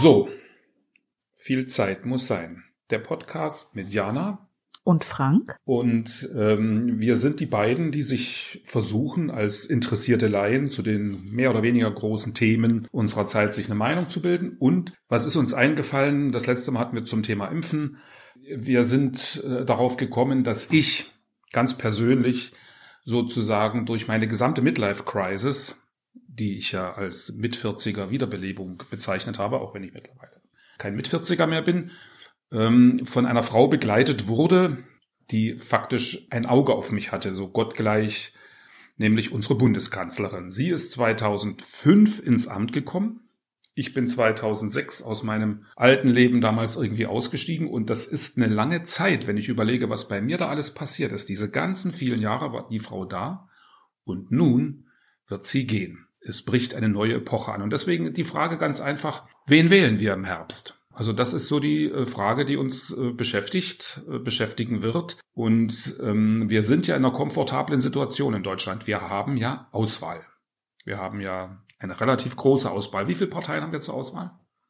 So, viel Zeit muss sein. Der Podcast mit Jana und Frank. Und wir sind die beiden, die sich versuchen, als interessierte Laien zu den mehr oder weniger großen Themen unserer Zeit sich eine Meinung zu bilden. Und was ist uns eingefallen? Das letzte Mal hatten wir zum Thema Impfen. Wir sind darauf gekommen, dass ich ganz persönlich sozusagen durch meine gesamte Midlife-Crisis, die ich ja als Mit-40er Wiederbelebung bezeichnet habe, auch wenn ich mittlerweile kein Mit-40er mehr bin, von einer Frau begleitet wurde, die faktisch ein Auge auf mich hatte, so gottgleich, nämlich unsere Bundeskanzlerin. Sie ist 2005 ins Amt gekommen. Ich bin 2006 aus meinem alten Leben damals irgendwie ausgestiegen und das ist eine lange Zeit, wenn ich überlege, was bei mir da alles passiert ist. Diese ganzen vielen Jahre war die Frau da und nun wird sie gehen. Es bricht eine neue Epoche an und deswegen die Frage ganz einfach, wen wählen wir im Herbst? Also das ist so die Frage, die uns beschäftigen wird. Und wir sind ja in einer komfortablen Situation in Deutschland. Wir haben ja Auswahl. Wir haben ja eine relativ große Auswahl. Wie viele Parteien haben wir zur Auswahl?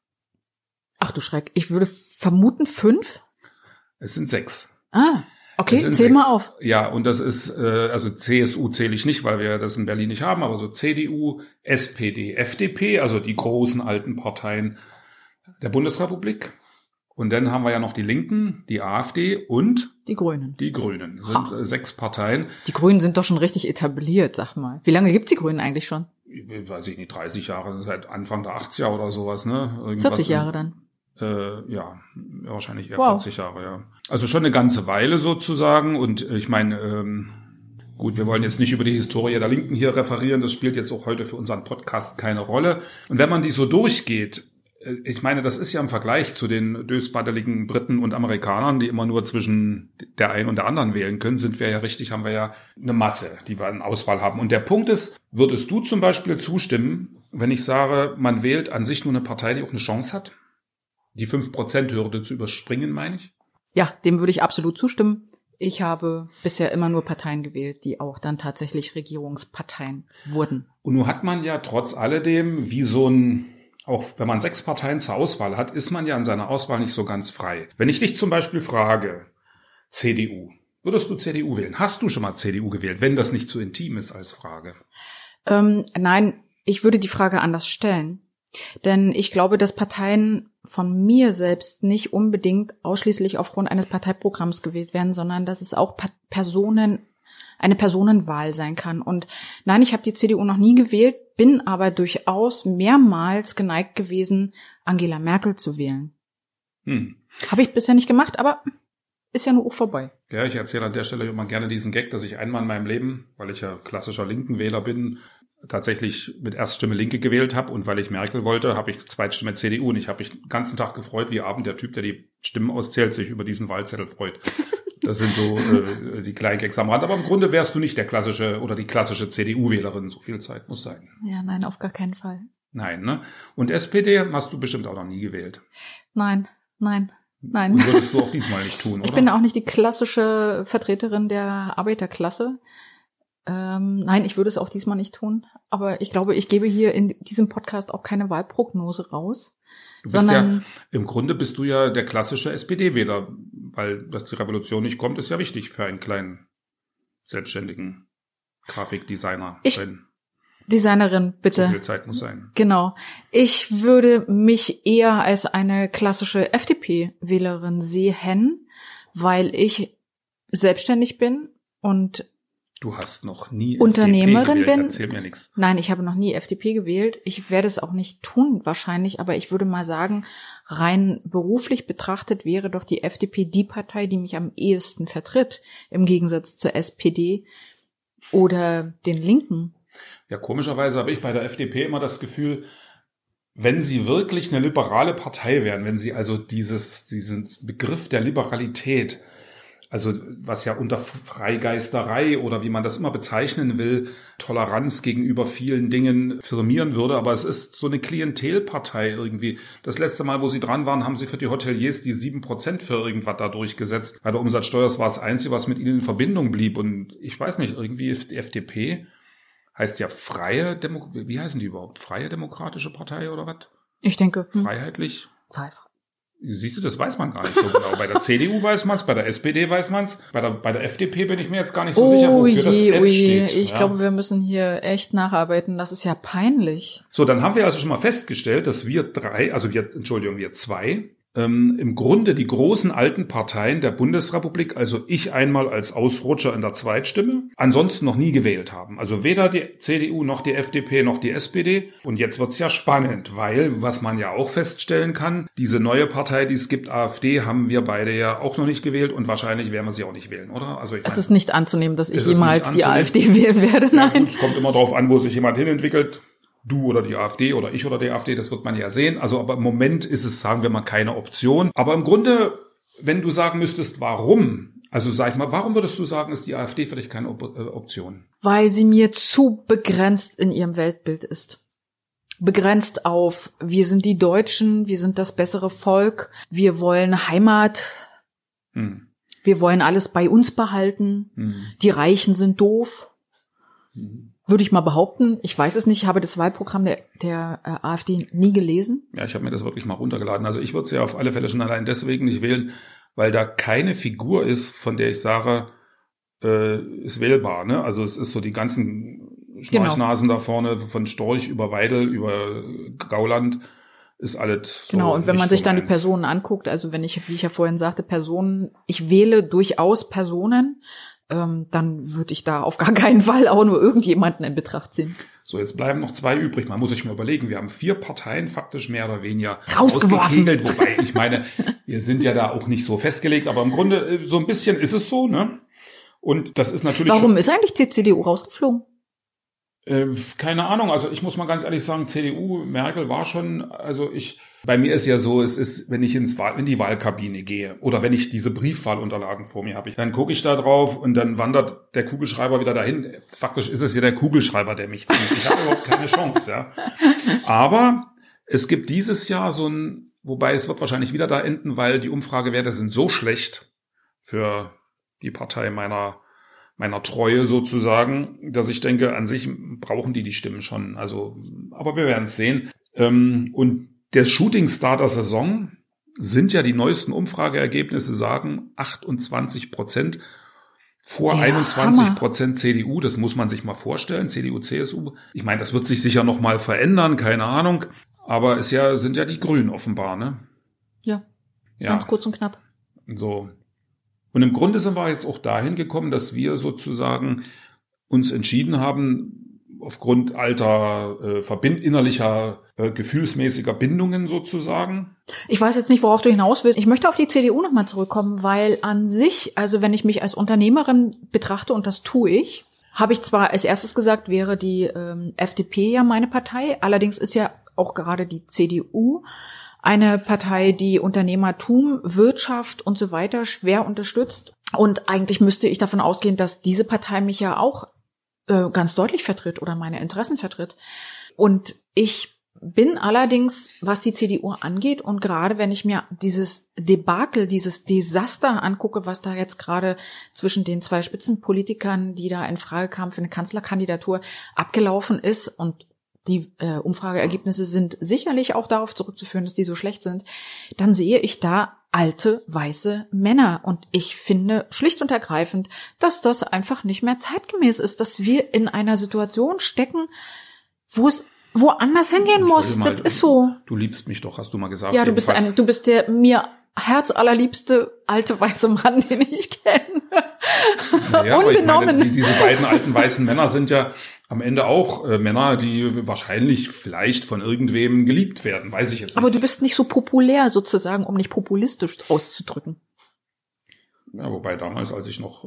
Ach du Schreck, ich würde vermuten 5? Es sind 6. Ah, okay, zähl mal auf. Ja, und das ist, also CSU zähle ich nicht, weil wir das in Berlin nicht haben, aber so CDU, SPD, FDP, also die großen alten Parteien der Bundesrepublik. Und dann haben wir ja noch die Linken, die AfD und die Grünen. Die Grünen sind 6 Parteien. Die Grünen sind doch schon richtig etabliert, sag mal. Wie lange gibt's die Grünen eigentlich schon? Weiß ich nicht, 30 Jahre, seit Anfang der 80er oder sowas, ne? Irgendwas 40 Jahre dann. Ja, wahrscheinlich eher 40 Jahre, ja. Also schon eine ganze Weile sozusagen. Und ich meine, gut, wir wollen jetzt nicht über die Historie der Linken hier referieren. Das spielt jetzt auch heute für unseren Podcast keine Rolle. Und wenn man die so durchgeht, ich meine, das ist ja im Vergleich zu den dösbaddeligen Briten und Amerikanern, die immer nur zwischen der einen und der anderen wählen können, haben wir ja eine Masse, die wir in Auswahl haben. Und der Punkt ist, würdest du zum Beispiel zustimmen, wenn ich sage, man wählt an sich nur eine Partei, die auch eine Chance hat, die 5%-Hürde zu überspringen, meine ich? Ja, dem würde ich absolut zustimmen. Ich habe bisher immer nur Parteien gewählt, die auch dann tatsächlich Regierungsparteien wurden. Und nun hat man ja trotz alledem wie so ein... Auch wenn man 6 Parteien zur Auswahl hat, ist man ja in seiner Auswahl nicht so ganz frei. Wenn ich dich zum Beispiel frage, CDU, würdest du CDU wählen? Hast du schon mal CDU gewählt, wenn das nicht zu intim ist als Frage? Nein, ich würde die Frage anders stellen. Denn ich glaube, dass Parteien von mir selbst nicht unbedingt ausschließlich aufgrund eines Parteiprogramms gewählt werden, sondern dass es auch eine Personenwahl sein kann. Und nein, ich habe die CDU noch nie gewählt, bin aber durchaus mehrmals geneigt gewesen, Angela Merkel zu wählen. Habe ich bisher nicht gemacht, aber ist ja nur auch vorbei. Ja, ich erzähle an der Stelle immer gerne diesen Gag, dass ich einmal in meinem Leben, weil ich ja klassischer Linken-Wähler bin, tatsächlich mit Erststimme Linke gewählt habe und weil ich Merkel wollte, habe ich Zweitstimme CDU und ich habe mich den ganzen Tag gefreut, wie abend der Typ, der die Stimmen auszählt, sich über diesen Wahlzettel freut. Das sind so die kleinen Gags am Rand. Aber im Grunde wärst du nicht der klassische oder die klassische CDU-Wählerin. So viel Zeit muss sein. Ja, nein, auf gar keinen Fall. Nein, ne? Und SPD hast du bestimmt auch noch nie gewählt. Nein. Und würdest du auch diesmal nicht tun, oder? Ich bin auch nicht die klassische Vertreterin der Arbeiterklasse. Nein, ich würde es auch diesmal nicht tun. Aber ich glaube, ich gebe hier in diesem Podcast auch keine Wahlprognose raus. Im Grunde bist du ja der klassische SPD-Wähler, weil, dass die Revolution nicht kommt, ist ja wichtig für einen kleinen, selbstständigen Grafikdesigner. Designerin, bitte. So viel Zeit muss sein. Genau. Ich würde mich eher als eine klassische FDP-Wählerin sehen, weil ich selbstständig bin und Du hast noch nie Unternehmerin FDP gewählt. bin. Erzähl mir nichts. Nein, ich habe noch nie FDP gewählt. Ich werde es auch nicht tun wahrscheinlich, aber ich würde mal sagen, rein beruflich betrachtet wäre doch die FDP die Partei, die mich am ehesten vertritt, im Gegensatz zur SPD oder den Linken. Ja, komischerweise habe ich bei der FDP immer das Gefühl, wenn sie wirklich eine liberale Partei wären, wenn sie also diesen Begriff der Liberalität, also was ja unter Freigeisterei oder wie man das immer bezeichnen will, Toleranz gegenüber vielen Dingen firmieren würde, aber es ist so eine Klientelpartei irgendwie. Das letzte Mal, wo sie dran waren, haben sie für die Hoteliers die 7% für irgendwas da durchgesetzt. Bei der Umsatzsteuer war es das Einzige, was mit ihnen in Verbindung blieb. Und ich weiß nicht, irgendwie ist die FDP heißt ja wie heißen die überhaupt? Freie Demokratische Partei oder was? Ich denke. Freiheitlich. Siehst du, das weiß man gar nicht so genau. Bei der CDU weiß man es, bei der SPD weiß man es, bei der FDP bin ich mir jetzt gar nicht so sicher, wofür das F steht. Ich glaube, wir müssen hier echt nacharbeiten. Das ist ja peinlich. So, dann haben wir also schon mal festgestellt, dass wir zwei, im Grunde die großen alten Parteien der Bundesrepublik, also ich einmal als Ausrutscher in der Zweitstimme, ansonsten noch nie gewählt haben. Also weder die CDU noch die FDP noch die SPD. Und jetzt wird's ja spannend, weil, was man ja auch feststellen kann, diese neue Partei, die es gibt, AfD, haben wir beide ja auch noch nicht gewählt und wahrscheinlich werden wir sie auch nicht wählen, oder? Also es ist nicht anzunehmen, dass ich jemals die AfD wählen werde, nein. Ja, gut, es kommt immer darauf an, wo sich jemand hinentwickelt. Du oder die AfD oder ich oder die AfD, das wird man ja sehen. Also aber im Moment ist es, sagen wir mal, keine Option. Aber im Grunde, wenn du sagen müsstest, warum, also sag ich mal, warum würdest du sagen, ist die AfD für dich keine Option? Weil sie mir zu begrenzt in ihrem Weltbild ist. Begrenzt auf, wir sind die Deutschen, wir sind das bessere Volk, wir wollen Heimat, wir wollen alles bei uns behalten, die Reichen sind doof. Würde ich mal behaupten. Ich weiß es nicht. Ich habe das Wahlprogramm der AfD nie gelesen. Ja, ich habe mir das wirklich mal runtergeladen. Also ich würde sie ja auf alle Fälle schon allein deswegen nicht wählen, weil da keine Figur ist, von der ich sage, ist wählbar. Ne? Also es ist so die ganzen Schnarchnasen da vorne, von Storch über Weidel, über Gauland, ist alles so. Genau, und wenn man sich dann die Personen anguckt, also wenn ich, wie ich ja vorhin sagte, ich wähle durchaus Personen, dann würde ich da auf gar keinen Fall auch nur irgendjemanden in Betracht ziehen. So, jetzt bleiben noch 2 übrig. Man muss sich mal überlegen, wir haben 4 Parteien faktisch mehr oder weniger rausgeworfen. Wobei, ich meine, wir sind ja da auch nicht so festgelegt, aber im Grunde so ein bisschen ist es so, ne? Und das ist natürlich. Warum ist eigentlich die CDU rausgeflogen? Keine Ahnung, also ich muss mal ganz ehrlich sagen, CDU, Merkel war schon, bei mir ist ja so, es ist, wenn ich in die Wahlkabine gehe oder wenn ich diese Briefwahlunterlagen vor mir habe, dann gucke ich da drauf und dann wandert der Kugelschreiber wieder dahin. Faktisch ist es ja der Kugelschreiber, der mich zieht. Ich habe überhaupt keine Chance, ja. Aber es gibt dieses Jahr wobei es wird wahrscheinlich wieder da enden, weil die Umfragewerte sind so schlecht für die Partei meiner Treue sozusagen, dass ich denke, an sich brauchen die Stimmen schon. Also, aber wir werden es sehen. Und der Shootingstar der Saison sind ja die neuesten Umfrageergebnisse, sagen 28% vor 21% CDU. Das muss man sich mal vorstellen, CDU, CSU. Ich meine, das wird sich sicher noch mal verändern, keine Ahnung. Aber sind ja die Grünen offenbar, ne? Ja, ganz kurz und knapp. So. Und im Grunde sind wir jetzt auch dahin gekommen, dass wir sozusagen uns entschieden haben, aufgrund alter, innerlicher, gefühlsmäßiger Bindungen sozusagen. Ich weiß jetzt nicht, worauf du hinaus willst. Ich möchte auf die CDU nochmal zurückkommen, weil an sich, also wenn ich mich als Unternehmerin betrachte, und das tue ich, habe ich zwar als erstes gesagt, wäre die FDP ja meine Partei, allerdings ist ja auch gerade die CDU eine Partei, die Unternehmertum, Wirtschaft und so weiter schwer unterstützt. Und eigentlich müsste ich davon ausgehen, dass diese Partei mich ja auch ganz deutlich vertritt oder meine Interessen vertritt. Und ich bin allerdings, was die CDU angeht, und gerade wenn ich mir dieses Debakel, dieses Desaster angucke, was da jetzt gerade zwischen den 2 Spitzenpolitikern, die da in Frage kamen für eine Kanzlerkandidatur, abgelaufen ist, und die Umfrageergebnisse sind sicherlich auch darauf zurückzuführen, dass die so schlecht sind, dann sehe ich da alte, weiße Männer. Und ich finde schlicht und ergreifend, dass das einfach nicht mehr zeitgemäß ist, dass wir in einer Situation stecken, wo es woanders hingehen muss. Das ist so. Du liebst mich doch, hast du mal gesagt. Ja, du bist der mir herzallerliebste alte weiße Mann, den ich kenne. Naja, unbenommen. Aber ich meine, diese beiden alten weißen Männer sind ja am Ende auch Männer, die wahrscheinlich vielleicht von irgendwem geliebt werden, weiß ich jetzt nicht. Aber du bist nicht so populär sozusagen, um nicht populistisch auszudrücken. Ja, wobei damals, als ich noch,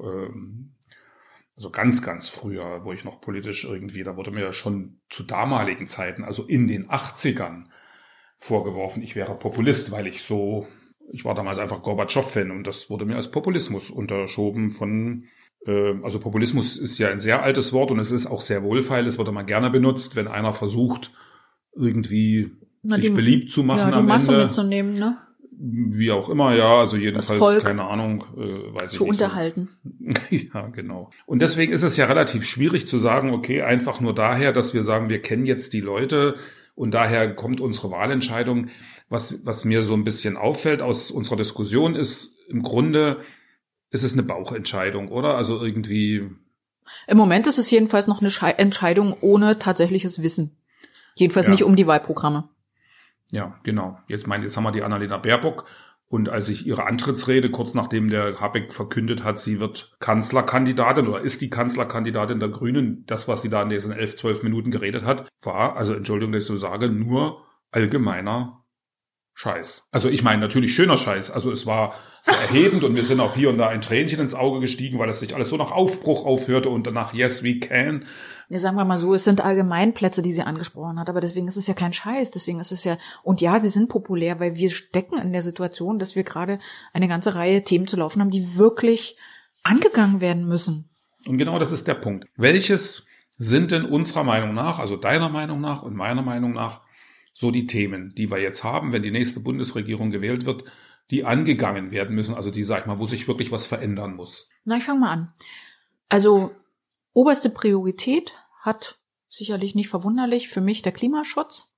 also ganz, ganz früher, wo ich noch politisch irgendwie, da wurde mir ja schon zu damaligen Zeiten, also in den 80ern, vorgeworfen, ich wäre Populist, weil ich war damals einfach Gorbatschow-Fan und das wurde mir als Populismus unterschoben also Populismus ist ja ein sehr altes Wort und es ist auch sehr wohlfeil, es wird immer gerne benutzt, wenn einer versucht, irgendwie sich beliebt zu machen am Masse Ende. Mitzunehmen, ne? Wie auch immer, ja, also jedenfalls, keine Ahnung, weiß ich nicht. Zu unterhalten. Ja, genau. Und deswegen ist es ja relativ schwierig zu sagen, okay, einfach nur daher, dass wir sagen, wir kennen jetzt die Leute Und daher kommt unsere Wahlentscheidung, was mir so ein bisschen auffällt aus unserer Diskussion, ist im Grunde, ist es eine Bauchentscheidung, oder? Also irgendwie. Im Moment ist es jedenfalls noch eine Entscheidung ohne tatsächliches Wissen. Jedenfalls nicht um die Wahlprogramme. Ja, genau. Jetzt haben wir die Annalena Baerbock. Und als ich ihre Antrittsrede, kurz nachdem der Habeck verkündet hat, sie wird Kanzlerkandidatin oder ist die Kanzlerkandidatin der Grünen, das, was sie da in diesen 11, 12 Minuten geredet hat, war, also Entschuldigung, dass ich so sage, nur allgemeiner Scheiß. Also ich meine natürlich schöner Scheiß. Also es war sehr erhebend und mir sind auch hier und da ein Tränchen ins Auge gestiegen, weil es sich alles so nach Aufbruch aufhörte und danach Yes, we can. Ja, sagen wir mal so, es sind Allgemeinplätze, die sie angesprochen hat, aber deswegen ist es ja kein Scheiß, deswegen ist es ja, und ja, sie sind populär, weil wir stecken in der Situation, dass wir gerade eine ganze Reihe Themen zu laufen haben, die wirklich angegangen werden müssen. Und genau das ist der Punkt. Welches sind denn unserer Meinung nach, also deiner Meinung nach und meiner Meinung nach, so die Themen, die wir jetzt haben, wenn die nächste Bundesregierung gewählt wird, die angegangen werden müssen, also die, sag ich mal, wo sich wirklich was verändern muss? Na, ich fange mal an. Also oberste Priorität hat sicherlich nicht verwunderlich für mich der Klimaschutz.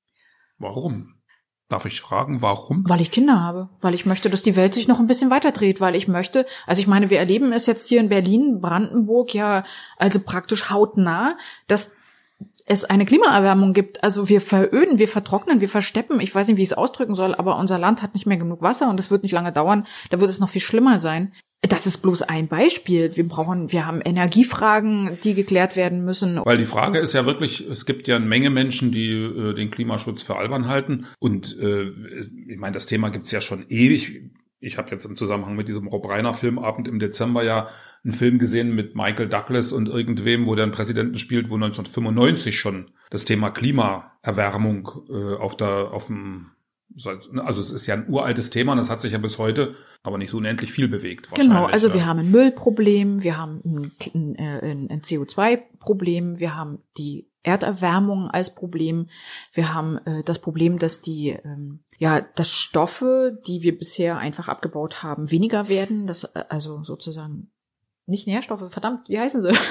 Warum? Darf ich fragen, warum? Weil ich Kinder habe, weil ich möchte, dass die Welt sich noch ein bisschen weiter dreht, weil ich möchte, also ich meine, wir erleben es jetzt hier in Berlin, Brandenburg ja also praktisch hautnah, dass es eine Klimaerwärmung gibt. Also wir veröden, wir vertrocknen, wir versteppen. Ich weiß nicht, wie ich es ausdrücken soll, aber unser Land hat nicht mehr genug Wasser und es wird nicht lange dauern. Da wird es noch viel schlimmer sein. Das ist bloß ein Beispiel. Wir haben Energiefragen, die geklärt werden müssen. Weil die Frage ist ja wirklich, es gibt ja eine Menge Menschen, die den Klimaschutz für albern halten. Und ich meine, das Thema gibt's ja schon ewig. Ich habe jetzt im Zusammenhang mit diesem Rob Reiner Filmabend im Dezember ja einen Film gesehen mit Michael Douglas und irgendwem, wo der einen Präsidenten spielt, wo 1995 schon das Thema Klimaerwärmung also es ist ja ein uraltes Thema und es hat sich ja bis heute aber nicht so unendlich viel bewegt. Genau, also wir haben ein Müllproblem, wir haben ein CO2-Problem, wir haben die Erderwärmung als Problem, wir haben das Problem, dass dass Stoffe, die wir bisher einfach abgebaut haben, weniger werden, also sozusagen nicht Nährstoffe, verdammt, wie heißen sie?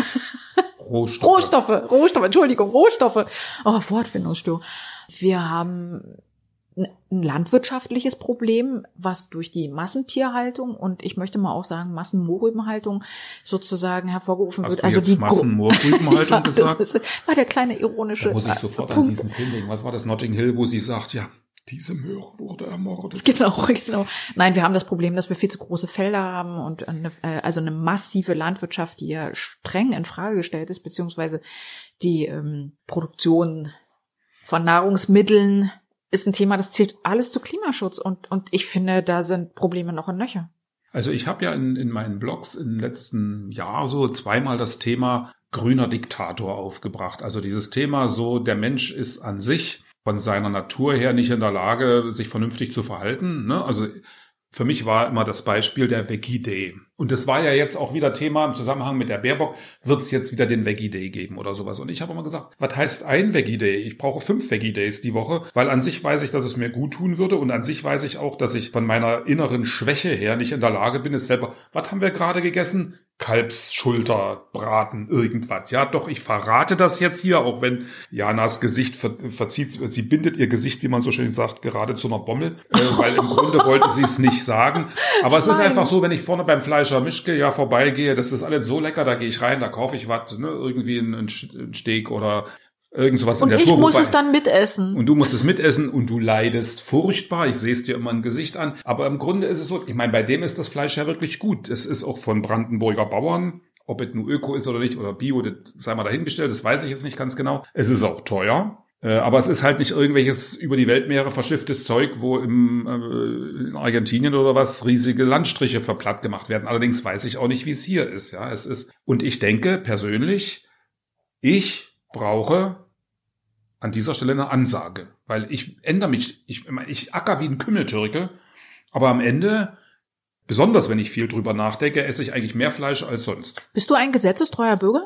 Rohstoffe, Entschuldigung, Rohstoffe. Oh, Wortfindungsstörung. Wir haben ein landwirtschaftliches Problem, was durch die Massentierhaltung und ich möchte mal auch sagen Massenmoorrübenhaltung sozusagen hervorgerufen wird. Hast du jetzt Massenmoorrübenhaltung ja, gesagt? Das war der kleine ironische da muss ich sofort Punkt. An diesen Film denken. Was war das, Notting Hill, wo sie sagt, ja, diese Möhre wurde ermordet. Genau. Nein, wir haben das Problem, dass wir viel zu große Felder haben und eine massive Landwirtschaft, die ja streng in Frage gestellt ist, beziehungsweise die Produktion von Nahrungsmitteln ist ein Thema, das zählt alles zu Klimaschutz und ich finde, da sind Probleme noch in Löcher. Also ich habe ja in meinen Blogs im letzten Jahr so zweimal das Thema grüner Diktator aufgebracht. Also dieses Thema so, der Mensch ist an sich von seiner Natur her nicht in der Lage, sich vernünftig zu verhalten, ne? Also für mich war immer das Beispiel der Veggie Day. Und das war ja jetzt auch wieder Thema im Zusammenhang mit der Baerbock, wird es jetzt wieder den Veggie Day geben oder sowas. Und ich habe immer gesagt, was heißt ein Veggie Day? Ich brauche 5 Veggie Days die Woche, weil an sich weiß ich, dass es mir gut tun würde und an sich weiß ich auch, dass ich von meiner inneren Schwäche her nicht in der Lage bin, es selber, was haben wir gerade gegessen? Kalbsschulterbraten, irgendwas. Ja, doch, ich verrate das jetzt hier, auch wenn Janas Gesicht verzieht, sie bindet ihr Gesicht, wie man so schön sagt, gerade zu einer Bommel, weil im Grunde wollte sie es nicht sagen. Aber es ist einfach so, wenn ich vorne beim Fleischer Mischke ja vorbeigehe, das ist alles so lecker, da gehe ich rein, da kaufe ich was, ne, irgendwie ein Steak oder irgend sowas in der Tour. Und ich muss es dann mitessen. Und du musst es mitessen und du leidest furchtbar. Ich sehe es dir immer im Gesicht an. Aber im Grunde ist es so, ich meine, bei dem ist das Fleisch ja wirklich gut. Es ist auch von Brandenburger Bauern, ob es nur Öko ist oder nicht, oder Bio, das sei mal dahingestellt, das weiß ich jetzt nicht ganz genau. Es ist auch teuer. Aber es ist halt nicht irgendwelches über die Weltmeere verschifftes Zeug, wo in Argentinien oder was riesige Landstriche verplatt gemacht werden. Allerdings weiß ich auch nicht, wie es hier ist. Ja, es ist, und ich denke persönlich, ich brauche an dieser Stelle eine Ansage, weil ich ändere mich, ich acker wie ein Kümmeltürke, aber am Ende, besonders wenn ich viel drüber nachdenke, esse ich eigentlich mehr Fleisch als sonst. Bist du ein gesetzestreuer Bürger?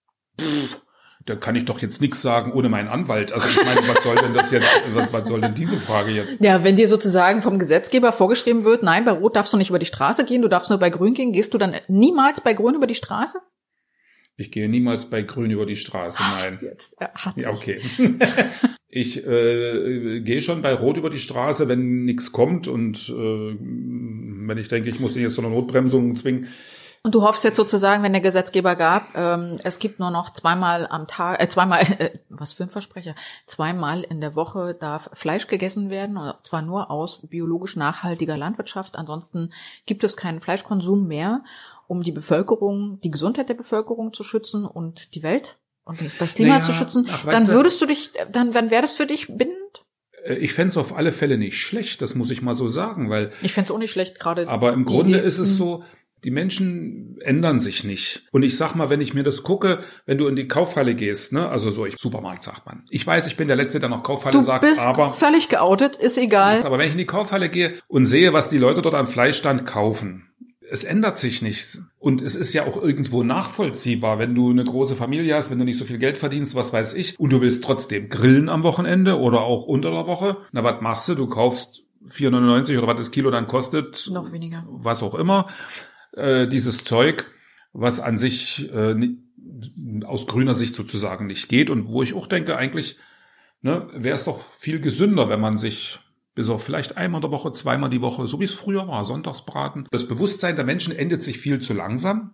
Da kann ich doch jetzt nichts sagen ohne meinen Anwalt. Also ich meine, was soll denn das jetzt, was soll denn diese Frage jetzt? Ja, wenn dir sozusagen vom Gesetzgeber vorgeschrieben wird, nein, bei Rot darfst du nicht über die Straße gehen, du darfst nur bei Grün gehen, gehst du dann niemals bei Grün über die Straße? Ich gehe niemals bei Grün über die Straße, nein. Jetzt, ja, okay. Ich gehe schon bei Rot über die Straße, wenn nichts kommt und wenn ich denke, ich muss den jetzt zu einer Notbremsung zwingen. Und du hoffst jetzt sozusagen, wenn der Gesetzgeber gab, es gibt nur noch zweimal was für ein Versprecher, zweimal in der Woche darf Fleisch gegessen werden, und zwar nur aus biologisch nachhaltiger Landwirtschaft. Ansonsten gibt es keinen Fleischkonsum mehr, um die Bevölkerung, die Gesundheit der Bevölkerung zu schützen und die Welt und das Klima zu schützen. Dann wäre das für dich bindend? Ich fände es auf alle Fälle nicht schlecht, das muss ich mal so sagen, weil. Ich fände es auch nicht schlecht, gerade. Aber im Grunde ist es so, die Menschen ändern sich nicht. Und ich sag mal, wenn ich mir das gucke, wenn du in die Kaufhalle gehst, ne, also so, Supermarkt sagt man. Ich weiß, ich bin der Letzte, der noch Kaufhalle sagt, aber. Du bist völlig geoutet, ist egal. Aber wenn ich in die Kaufhalle gehe und sehe, was die Leute dort am Fleischstand kaufen, es ändert sich nichts. Und es ist ja auch irgendwo nachvollziehbar, wenn du eine große Familie hast, wenn du nicht so viel Geld verdienst, was weiß ich, und du willst trotzdem grillen am Wochenende oder auch unter der Woche. Na, was machst du? Du kaufst 4,99 oder was das Kilo dann kostet. Noch weniger. Was auch immer. Dieses Zeug, was an sich aus grüner Sicht sozusagen nicht geht. Und wo ich auch denke, eigentlich wäre es doch viel gesünder, wenn man sich bis auf vielleicht einmal in der Woche, zweimal die Woche, so wie es früher war, Sonntagsbraten. Das Bewusstsein der Menschen ändert sich viel zu langsam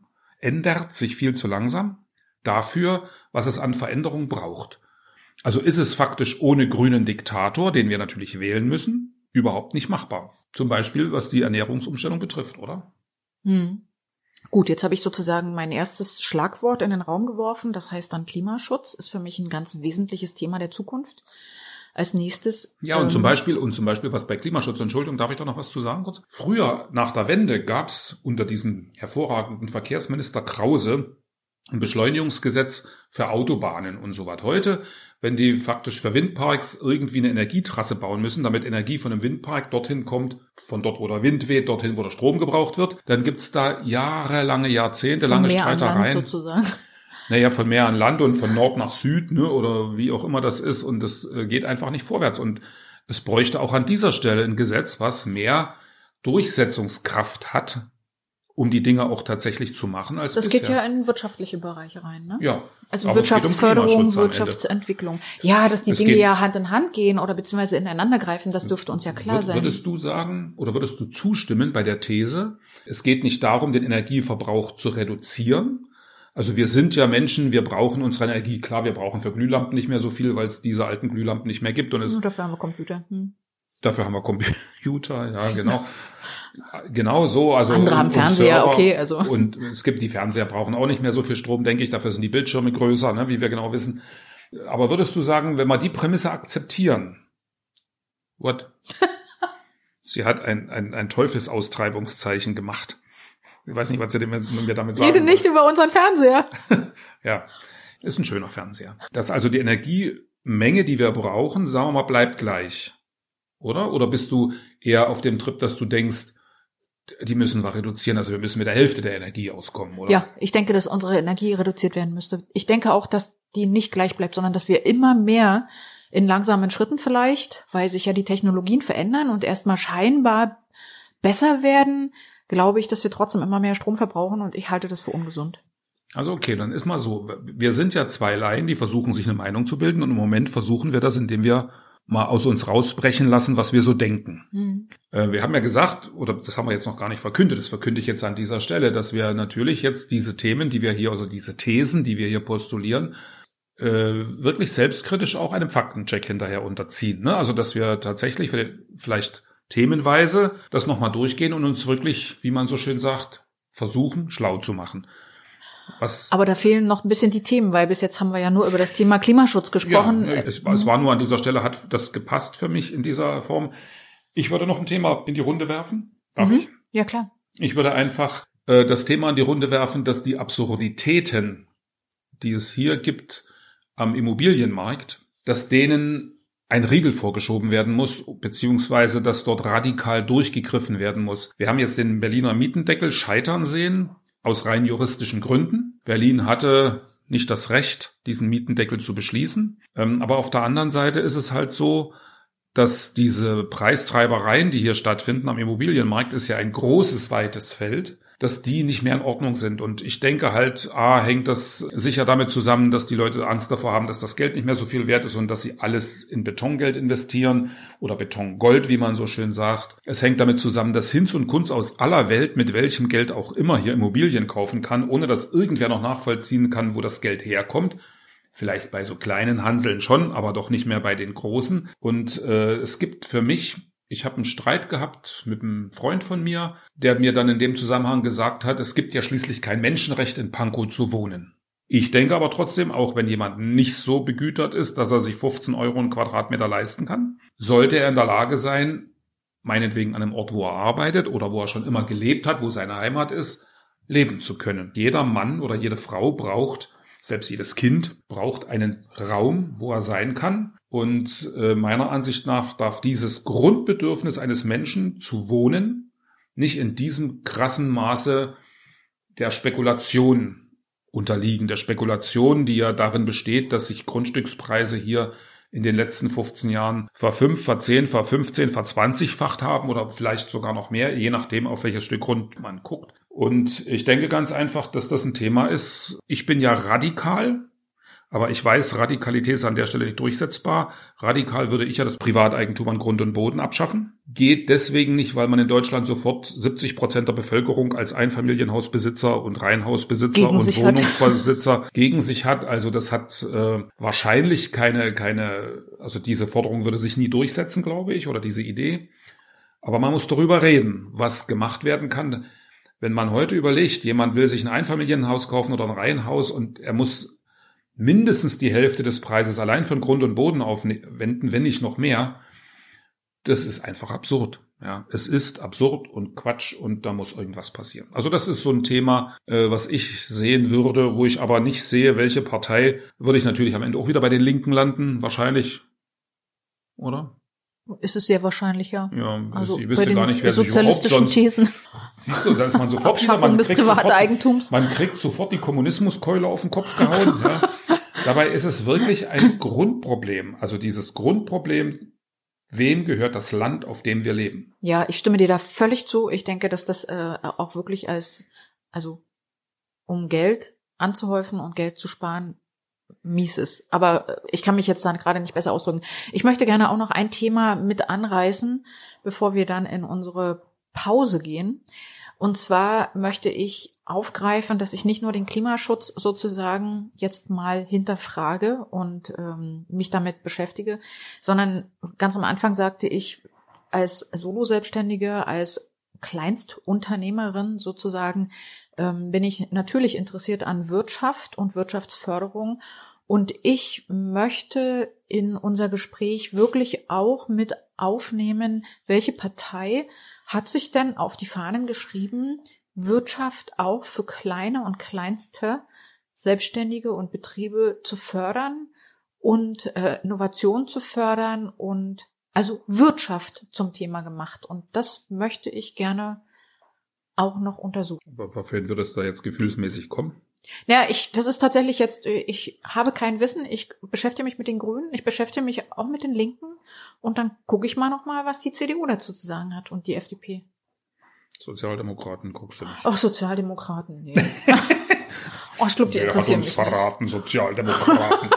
dafür, was es an Veränderung braucht. Also ist es faktisch ohne grünen Diktator, den wir natürlich wählen müssen, überhaupt nicht machbar. Zum Beispiel, was die Ernährungsumstellung betrifft, oder? Gut, jetzt habe ich sozusagen mein erstes Schlagwort in den Raum geworfen. Das heißt dann Klimaschutz ist für mich ein ganz wesentliches Thema der Zukunft. Als nächstes. Ja, und zum Beispiel, was bei Klimaschutz, Entschuldigung, darf ich da noch was zu sagen kurz? Früher, nach der Wende, gab's unter diesem hervorragenden Verkehrsminister Krause ein Beschleunigungsgesetz für Autobahnen und so was. Heute, wenn die faktisch für Windparks irgendwie eine Energietrasse bauen müssen, damit Energie von einem Windpark dorthin kommt, von dort, wo der Wind weht, dorthin, wo der Strom gebraucht wird, dann gibt's da jahrzehntelange Streitereien. Sozusagen. Naja, von Meer an Land und von Nord nach Süd, oder wie auch immer das ist. Und das geht einfach nicht vorwärts. Und es bräuchte auch an dieser Stelle ein Gesetz, was mehr Durchsetzungskraft hat, um die Dinge auch tatsächlich zu machen als das bisher. Geht ja in wirtschaftliche Bereiche rein, ne? Ja. Also Wirtschaftsförderung, Wirtschaftsentwicklung. Ja, dass die Dinge ja Hand in Hand gehen oder beziehungsweise ineinander greifen, das dürfte uns ja klar sein. Würdest du sagen oder würdest du zustimmen bei der These, es geht nicht darum, den Energieverbrauch zu reduzieren? Also wir sind ja Menschen, wir brauchen unsere Energie. Klar, wir brauchen für Glühlampen nicht mehr so viel, weil es diese alten Glühlampen nicht mehr gibt. Und dafür haben wir Computer. Dafür haben wir Computer, ja, genau. Genau so. Also andere haben Fernseher, Server, okay. Also. Und es gibt, die Fernseher brauchen auch nicht mehr so viel Strom, denke ich. Dafür sind die Bildschirme größer, wie wir genau wissen. Aber würdest du sagen, wenn wir die Prämisse akzeptieren, what? Sie hat ein Teufelsaustreibungszeichen gemacht. Ich weiß nicht, was Sie mir damit sagen. Rede nicht über unseren Fernseher. Ja, ist ein schöner Fernseher. Dass also die Energiemenge, die wir brauchen, sagen wir mal, bleibt gleich. Oder? Oder bist du eher auf dem Trip, dass du denkst, die müssen wir reduzieren, also wir müssen mit der Hälfte der Energie auskommen, oder? Ja, ich denke, dass unsere Energie reduziert werden müsste. Ich denke auch, dass die nicht gleich bleibt, sondern dass wir immer mehr in langsamen Schritten vielleicht, weil sich ja die Technologien verändern und erstmal scheinbar besser werden, glaube ich, dass wir trotzdem immer mehr Strom verbrauchen und ich halte das für ungesund. Also okay, dann ist mal so. Wir sind ja zwei Laien, die versuchen, sich eine Meinung zu bilden und im Moment versuchen wir das, indem wir mal aus uns rausbrechen lassen, was wir so denken. Wir haben ja gesagt, oder das haben wir jetzt noch gar nicht verkündet, das verkünde ich jetzt an dieser Stelle, dass wir natürlich jetzt diese Themen, die wir hier, also diese Thesen, die wir hier postulieren, wirklich selbstkritisch auch einem Faktencheck hinterher unterziehen. Ne? Also dass wir tatsächlich vielleicht themenweise das nochmal durchgehen und uns wirklich, wie man so schön sagt, versuchen, schlau zu machen. Aber da fehlen noch ein bisschen die Themen, weil bis jetzt haben wir ja nur über das Thema Klimaschutz gesprochen. Ja, es war nur an dieser Stelle, hat das gepasst für mich in dieser Form. Ich würde noch ein Thema in die Runde werfen. Darf ich? Ja, klar. Ich würde einfach das Thema in die Runde werfen, dass die Absurditäten, die es hier gibt am Immobilienmarkt, dass denen ein Riegel vorgeschoben werden muss, beziehungsweise dass dort radikal durchgegriffen werden muss. Wir haben jetzt den Berliner Mietendeckel scheitern sehen, aus rein juristischen Gründen. Berlin hatte nicht das Recht, diesen Mietendeckel zu beschließen. Aber auf der anderen Seite ist es halt so, dass diese Preistreibereien, die hier stattfinden am Immobilienmarkt, ist ja ein großes, weites Feld. dass die nicht mehr in Ordnung sind. Und ich denke halt, hängt das sicher damit zusammen, dass die Leute Angst davor haben, dass das Geld nicht mehr so viel wert ist und dass sie alles in Betongeld investieren oder Betongold, wie man so schön sagt. Es hängt damit zusammen, dass Hinz und Kunz aus aller Welt mit welchem Geld auch immer hier Immobilien kaufen kann, ohne dass irgendwer noch nachvollziehen kann, wo das Geld herkommt. Vielleicht bei so kleinen Hanseln schon, aber doch nicht mehr bei den großen. Und es gibt für mich, ich habe einen Streit gehabt mit einem Freund von mir, der mir dann in dem Zusammenhang gesagt hat, es gibt ja schließlich kein Menschenrecht in Pankow zu wohnen. Ich denke aber trotzdem, auch wenn jemand nicht so begütert ist, dass er sich 15 Euro einen Quadratmeter leisten kann, sollte er in der Lage sein, meinetwegen an einem Ort, wo er arbeitet oder wo er schon immer gelebt hat, wo seine Heimat ist, leben zu können. Jeder Mann oder jede Frau braucht, selbst jedes Kind braucht einen Raum, wo er sein kann. Und meiner Ansicht nach darf dieses Grundbedürfnis eines Menschen zu wohnen nicht in diesem krassen Maße der Spekulation unterliegen. Der Spekulation, die ja darin besteht, dass sich Grundstückspreise hier in den letzten 15 Jahren ver5, ver10, ver15, ver20-facht haben oder vielleicht sogar noch mehr, je nachdem, auf welches Stück Grund man guckt. Und ich denke ganz einfach, dass das ein Thema ist. Ich bin ja radikal, aber ich weiß, Radikalität ist an der Stelle nicht durchsetzbar. Radikal würde ich ja das Privateigentum an Grund und Boden abschaffen. Geht deswegen nicht, weil man in Deutschland sofort 70% der Bevölkerung als Einfamilienhausbesitzer und Reihenhausbesitzer und Wohnungsbesitzer gegen sich hat. Also das hat wahrscheinlich also diese Forderung würde sich nie durchsetzen, glaube ich, oder diese Idee. Aber man muss darüber reden, was gemacht werden kann. Wenn man heute überlegt, jemand will sich ein Einfamilienhaus kaufen oder ein Reihenhaus und er muss mindestens die Hälfte des Preises allein für Grund und Boden aufwenden, wenn nicht noch mehr, das ist einfach absurd. Ja, es ist absurd und Quatsch und da muss irgendwas passieren. Also das ist so ein Thema, was ich sehen würde, wo ich aber nicht sehe, welche Partei, würde ich natürlich am Ende auch wieder bei den Linken landen, wahrscheinlich, oder? Ist es sehr wahrscheinlich, ja. Ja, also ich wüsste gar nicht, wer sich überhaupt sonst... Thesen. Siehst du, da ist man sofort wieder, man kriegt sofort die Kommunismuskeule auf den Kopf gehauen. Ja. Dabei ist es wirklich ein Grundproblem. Also dieses Grundproblem, wem gehört das Land, auf dem wir leben? Ja, ich stimme dir da völlig zu. Ich denke, dass das auch wirklich um Geld anzuhäufen und Geld zu sparen, mies ist. Aber ich kann mich jetzt dann gerade nicht besser ausdrücken. Ich möchte gerne auch noch ein Thema mit anreißen, bevor wir dann in unsere Pause gehen. Und zwar möchte ich aufgreifen, dass ich nicht nur den Klimaschutz sozusagen jetzt mal hinterfrage und mich damit beschäftige, sondern ganz am Anfang sagte ich, als Solo-Selbstständige, als Kleinstunternehmerin sozusagen, bin ich natürlich interessiert an Wirtschaft und Wirtschaftsförderung. Und ich möchte in unser Gespräch wirklich auch mit aufnehmen, welche Partei hat sich denn auf die Fahnen geschrieben, Wirtschaft auch für kleine und kleinste Selbstständige und Betriebe zu fördern und Innovation zu fördern und also Wirtschaft zum Thema gemacht. Und das möchte ich gerne auch noch untersuchen. Aber wohin wird es da jetzt gefühlsmäßig kommen? Ja, das ist tatsächlich jetzt, ich habe kein Wissen, ich beschäftige mich mit den Grünen, ich beschäftige mich auch mit den Linken und dann gucke ich mal nochmal, was die CDU dazu zu sagen hat und die FDP. Sozialdemokraten guckst du nicht. Ach, Sozialdemokraten, nee. Ich glaube, die interessieren mich verraten, nicht. Sozialdemokraten.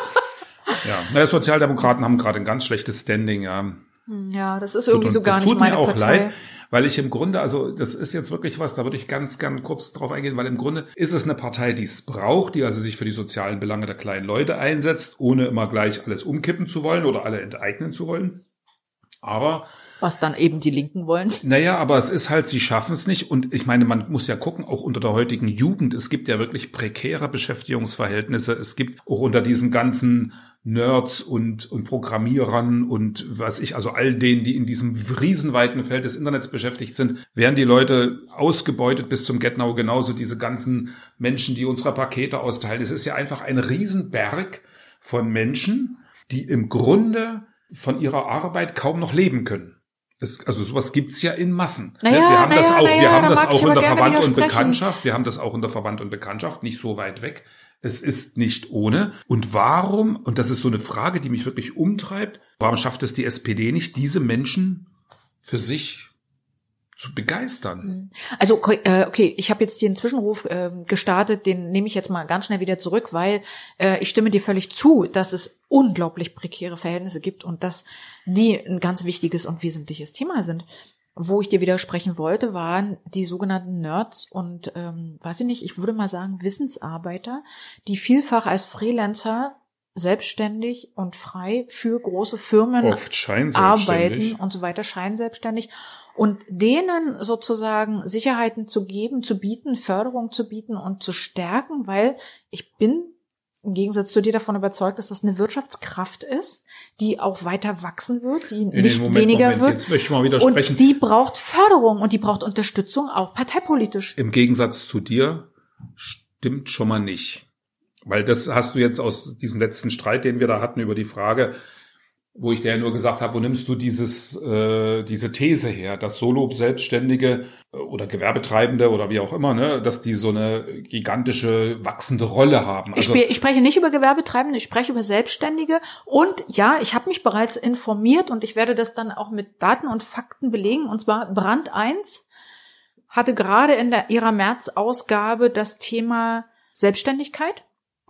Ja, Sozialdemokraten haben gerade ein ganz schlechtes Standing, ja. Ja, das ist irgendwie so gar nicht meine Partei. Das tut mir auch leid, weil ich im Grunde, also das ist jetzt wirklich was, da würde ich ganz gern kurz drauf eingehen, weil im Grunde ist es eine Partei, die es braucht, die also sich für die sozialen Belange der kleinen Leute einsetzt, ohne immer gleich alles umkippen zu wollen oder alle enteignen zu wollen. Aber was dann eben die Linken wollen. Naja, aber es ist halt, sie schaffen es nicht. Und ich meine, man muss ja gucken, auch unter der heutigen Jugend, es gibt ja wirklich prekäre Beschäftigungsverhältnisse. Es gibt auch unter diesen ganzen Nerds und Programmierern und also all denen, die in diesem riesenweiten Feld des Internets beschäftigt sind, werden die Leute ausgebeutet bis zum Get-Now, genauso diese ganzen Menschen, die unsere Pakete austeilen. Es ist ja einfach ein Riesenberg von Menschen, die im Grunde von ihrer Arbeit kaum noch leben können. Also sowas gibt's ja in Massen. Wir haben das auch in der Verwandt und Bekanntschaft. Wir haben das auch in der Verwandt und Bekanntschaft, nicht so weit weg. Es ist nicht ohne. Und warum, und das ist so eine Frage, die mich wirklich umtreibt, warum schafft es die SPD nicht, diese Menschen für sich zu begeistern. Also okay, ich habe jetzt hier einen Zwischenruf gestartet, den nehme ich jetzt mal ganz schnell wieder zurück, weil ich stimme dir völlig zu, dass es unglaublich prekäre Verhältnisse gibt und dass die ein ganz wichtiges und wesentliches Thema sind. Wo ich dir widersprechen wollte, waren die sogenannten Nerds und, weiß ich nicht, ich würde mal sagen Wissensarbeiter, die vielfach als Freelancer selbstständig und frei für große Firmen oft scheinselbstständig arbeiten und so weiter, scheinselbstständig. Und denen sozusagen Sicherheiten zu geben, zu bieten, Förderung zu bieten und zu stärken, weil ich bin im Gegensatz zu dir davon überzeugt, dass das eine Wirtschaftskraft ist, die auch weiter wachsen wird, die nicht weniger wird. Jetzt möchte ich mal widersprechen. Und die braucht Förderung und die braucht Unterstützung, auch parteipolitisch. Im Gegensatz zu dir stimmt schon mal nicht. Weil das hast du jetzt aus diesem letzten Streit, den wir da hatten über die Frage, wo ich dir ja nur gesagt habe, wo nimmst du diese These her, dass Solo-Selbstständige oder Gewerbetreibende oder wie auch immer, ne, dass die so eine gigantische wachsende Rolle haben. Also, ich spreche nicht über Gewerbetreibende, ich spreche über Selbstständige. Und ja, ich habe mich bereits informiert und ich werde das dann auch mit Daten und Fakten belegen. Und zwar Brand 1 hatte gerade in ihrer März-Ausgabe das Thema Selbstständigkeit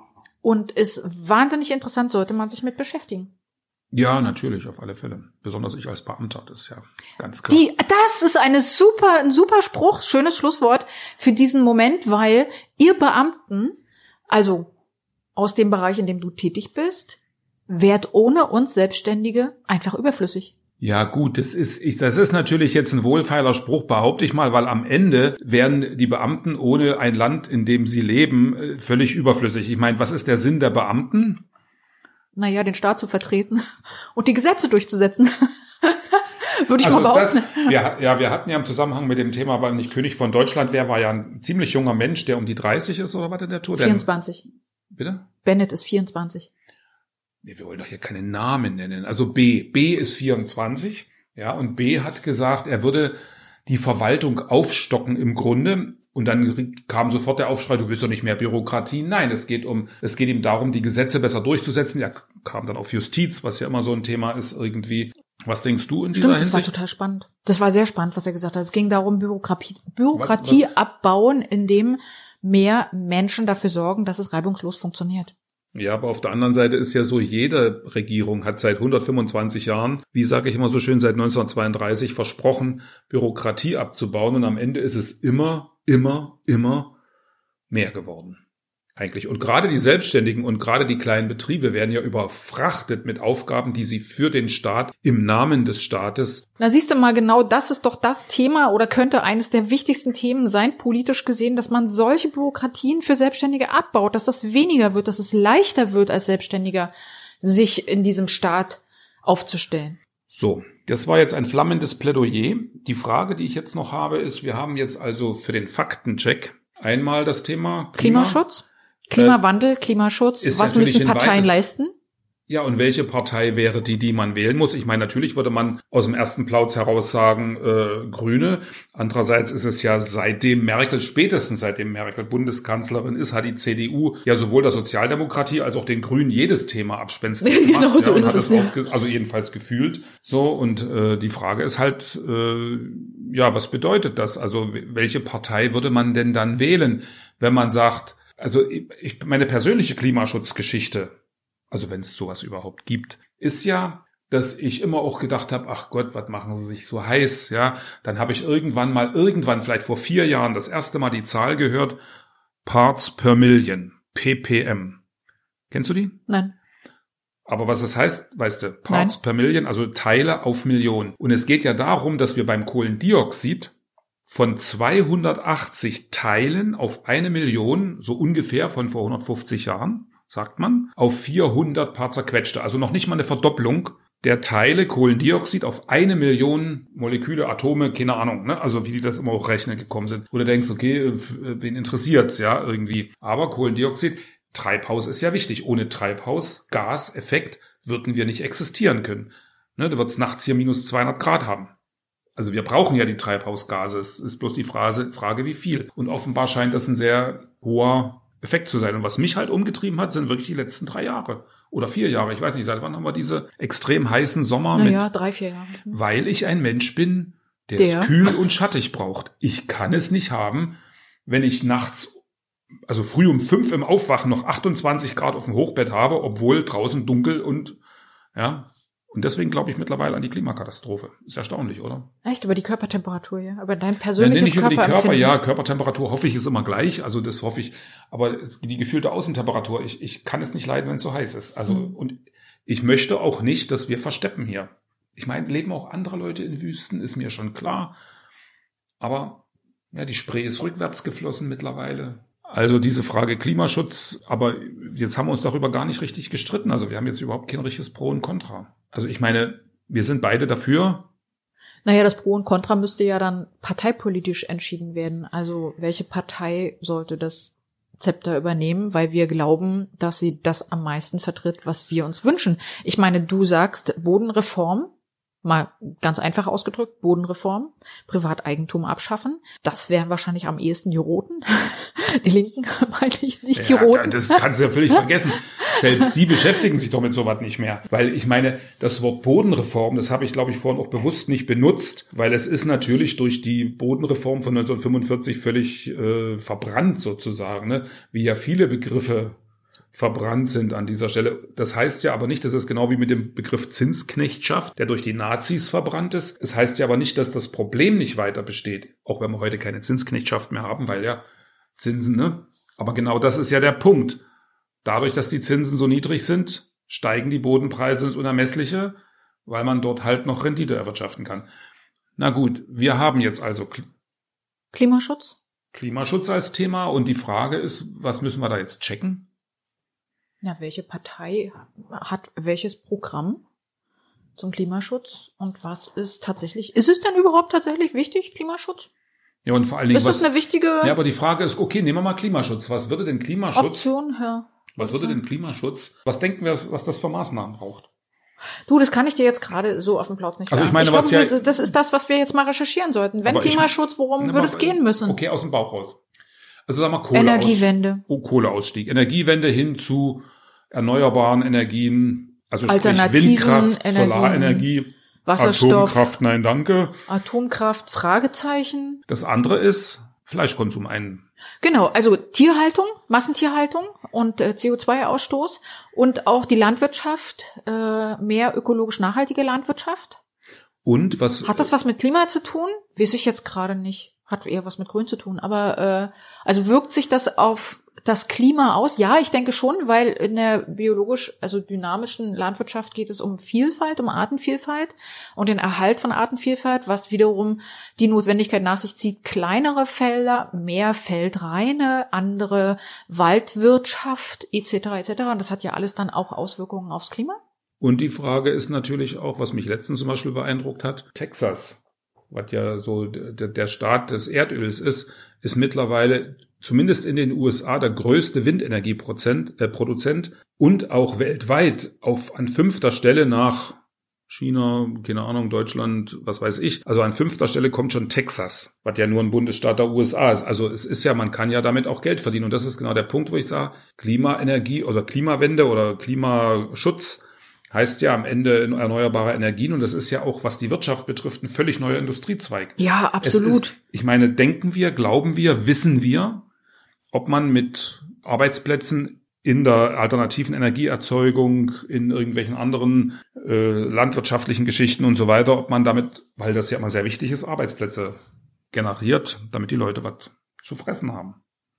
und ist wahnsinnig interessant, sollte man sich mit beschäftigen. Ja, natürlich, auf alle Fälle. Besonders ich als Beamter, das ist ja ganz klar. Das ist ein super Spruch, schönes Schlusswort für diesen Moment, weil ihr Beamten, also aus dem Bereich, in dem du tätig bist, wärt ohne uns Selbstständige einfach überflüssig. Ja gut, das ist natürlich jetzt ein wohlfeiler Spruch, behaupte ich mal, weil am Ende wären die Beamten ohne ein Land, in dem sie leben, völlig überflüssig. Ich meine, was ist der Sinn der Beamten? Naja, den Staat zu vertreten und die Gesetze durchzusetzen. Würde ich mal behaupten. Wir hatten ja im Zusammenhang mit dem Thema, weil nicht König von Deutschland wäre, war ja ein ziemlich junger Mensch, der um die 30 ist, oder was in der Tour? 24. Bitte? Bennett ist 24. Nee, wir wollen doch hier keine Namen nennen. Also B ist 24, ja, und B hat gesagt, er würde die Verwaltung aufstocken im Grunde. Und dann kam sofort der Aufschrei, du bist doch nicht mehr Bürokratie. Nein, es geht ihm darum, die Gesetze besser durchzusetzen. Er kam dann auf Justiz, was ja immer so ein Thema ist irgendwie. Was denkst du in dieser Hinsicht? Das war total spannend. Das war sehr spannend, was er gesagt hat. Es ging darum, Bürokratie abbauen, indem mehr Menschen dafür sorgen, dass es reibungslos funktioniert. Ja, aber auf der anderen Seite ist ja so, jede Regierung hat seit 125 Jahren, wie sage ich immer so schön, seit 1932 versprochen, Bürokratie abzubauen. Und am Ende ist es immer mehr geworden. Eigentlich. Und gerade die Selbstständigen und gerade die kleinen Betriebe werden ja überfrachtet mit Aufgaben, die sie für den Staat im Namen des Staates. Na siehst du mal, genau das ist doch das Thema oder könnte eines der wichtigsten Themen sein, politisch gesehen, dass man solche Bürokratien für Selbstständige abbaut, dass das weniger wird, dass es leichter wird, als Selbstständiger sich in diesem Staat aufzustellen. So, das war jetzt ein flammendes Plädoyer. Die Frage, die ich jetzt noch habe, ist, wir haben jetzt also für den Faktencheck einmal das Thema Klimaschutz. Klimawandel, Klimaschutz, was müssen Parteien leisten? Ja, und welche Partei wäre die man wählen muss? Ich meine, natürlich würde man aus dem ersten Plauz heraus sagen, Grüne. Andererseits ist es ja spätestens seitdem Merkel Bundeskanzlerin ist, hat die CDU ja sowohl der Sozialdemokratie als auch den Grünen jedes Thema abspenstig gemacht. Genau so ist es. Also jedenfalls gefühlt so. Und die Frage ist halt, was bedeutet das? Also welche Partei würde man denn dann wählen, wenn man sagt, also meine persönliche Klimaschutzgeschichte, also wenn es sowas überhaupt gibt, ist ja, dass ich immer auch gedacht habe, ach Gott, was machen sie sich so heiß, ja? Dann habe ich irgendwann, vielleicht vor 4 Jahren, das erste Mal die Zahl gehört, Parts per Million, ppm. Kennst du die? Nein. Aber was das heißt, weißt du, Parts per Million, also Teile auf Million. Und es geht ja darum, dass wir beim Kohlendioxid von 280 Teilen auf 1 Million, so ungefähr von vor 150 Jahren, sagt man, auf 400 Paar zerquetschte. Also noch nicht mal eine Verdopplung der Teile Kohlendioxid auf 1 Million Moleküle, Atome, keine Ahnung, ne? Also wie die das immer auch rechnen gekommen sind. Wo du denkst, okay, wen interessiert's, ja, irgendwie. Aber Kohlendioxid, Treibhaus ist ja wichtig. Ohne Treibhausgaseffekt würden wir nicht existieren können. Ne? Du würdest nachts hier minus 200 Grad haben. Also wir brauchen ja die Treibhausgase. Es ist bloß die Frage, wie viel. Und offenbar scheint das ein sehr hoher Effekt zu sein. Und was mich halt umgetrieben hat, sind wirklich die letzten 3 Jahre. Oder 4 Jahre. Ich weiß nicht, seit wann haben wir diese extrem heißen Sommer? 3, 4 Jahre. Weil ich ein Mensch bin, der es kühl und schattig braucht. Ich kann es nicht haben, wenn ich nachts, also früh um 5 im Aufwachen noch 28 Grad auf dem Hochbett habe, obwohl draußen dunkel und ja. Und deswegen glaube ich mittlerweile an die Klimakatastrophe. Ist erstaunlich, oder? Echt? Über die Körpertemperatur, ja? Aber dein persönliches nicht über die Körperempfinden? Körpertemperatur hoffe ich ist immer gleich, also das hoffe ich. Aber die gefühlte Außentemperatur, ich kann es nicht leiden, wenn es so heiß ist. Also, und ich möchte auch nicht, dass wir versteppen hier. Ich meine, leben auch andere Leute in Wüsten, ist mir schon klar. Aber ja, die Spree ist rückwärts geflossen mittlerweile. Also diese Frage Klimaschutz, aber jetzt haben wir uns darüber gar nicht richtig gestritten. Also wir haben jetzt überhaupt kein richtiges Pro und Contra. Also ich meine, wir sind beide dafür. Naja, das Pro und Contra müsste ja dann parteipolitisch entschieden werden. Also welche Partei sollte das Zepter übernehmen, weil wir glauben, dass sie das am meisten vertritt, was wir uns wünschen. Ich meine, du sagst Bodenreform, mal ganz einfach ausgedrückt, Bodenreform, Privateigentum abschaffen. Das wären wahrscheinlich am ehesten die Roten. Die Linken meine ich, nicht die Roten. Das kannst du ja völlig vergessen. Selbst die beschäftigen sich doch mit sowas nicht mehr. Weil ich meine, das Wort Bodenreform, das habe ich, glaube ich, vorhin auch bewusst nicht benutzt, weil es ist natürlich durch die Bodenreform von 1945 völlig verbrannt sozusagen, ne? Wie ja viele Begriffe verbrannt sind an dieser Stelle. Das heißt ja aber nicht, dass es genau wie mit dem Begriff Zinsknechtschaft, der durch die Nazis verbrannt ist. Es heißt ja aber nicht, dass das Problem nicht weiter besteht. Auch wenn wir heute keine Zinsknechtschaft mehr haben, weil ja Zinsen, ne? Aber genau das ist ja der Punkt. Dadurch, dass die Zinsen so niedrig sind, steigen die Bodenpreise ins Unermessliche, weil man dort halt noch Rendite erwirtschaften kann. Na gut, wir haben jetzt also Klimaschutz? Klimaschutz als Thema und die Frage ist, was müssen wir da jetzt checken? Ja, welche Partei hat welches Programm zum Klimaschutz und was ist es denn überhaupt tatsächlich wichtig, Klimaschutz? Ja, und vor allen Dingen, ist das eine wichtige... Ja, aber die Frage ist, okay, nehmen wir mal Klimaschutz. Was würde denn Klimaschutz... Option, ja. Was würde denn Klimaschutz... Was denken wir, was das für Maßnahmen braucht? Du, das kann ich dir jetzt gerade so auf dem Platz nicht sagen. Also ich meine, das ist das, was wir jetzt mal recherchieren sollten. Wenn Klimaschutz, worum würde es gehen müssen? Okay, aus dem Bauch raus. Also sagen wir Kohle. Energiewende. Kohleausstieg. Energiewende hin zu erneuerbaren Energien, also sprich Windkraft, Solarenergie, Wasserstoff, Atomkraft, nein, danke. Atomkraft, Fragezeichen. Das andere ist Fleischkonsum Genau, also Tierhaltung, Massentierhaltung und CO2-Ausstoß und auch die Landwirtschaft, mehr ökologisch nachhaltige Landwirtschaft. Und was... Hat das was mit Klima zu tun? Weiß ich jetzt gerade nicht. Hat eher was mit Grün zu tun. Aber also wirkt sich das auf das Klima aus? Ja, ich denke schon, weil in der also dynamischen Landwirtschaft geht es um Vielfalt, um Artenvielfalt und den Erhalt von Artenvielfalt, was wiederum die Notwendigkeit nach sich zieht, kleinere Felder, mehr Feldreine, andere Waldwirtschaft etc. etc. Und das hat ja alles dann auch Auswirkungen aufs Klima. Und die Frage ist natürlich auch, was mich letztens zum Beispiel beeindruckt hat, Texas, was ja so der Staat des Erdöls ist mittlerweile zumindest in den USA der größte Windenergieproduzent und auch weltweit an 5. Stelle nach China, keine Ahnung, Deutschland, was weiß ich. Also an 5. Stelle kommt schon Texas, was ja nur ein Bundesstaat der USA ist. Also es ist ja, man kann ja damit auch Geld verdienen. Und das ist genau der Punkt, wo ich sage, Klimaenergie oder Klimawende oder Klimaschutz heißt ja am Ende erneuerbare Energien. Und das ist ja auch, was die Wirtschaft betrifft, ein völlig neuer Industriezweig. Ja, absolut. Ich meine, denken wir, glauben wir, wissen wir, ob man mit Arbeitsplätzen in der alternativen Energieerzeugung, in irgendwelchen anderen landwirtschaftlichen Geschichten und so weiter, ob man damit, weil das ja immer sehr wichtig ist, Arbeitsplätze generiert, damit die Leute was zu fressen haben.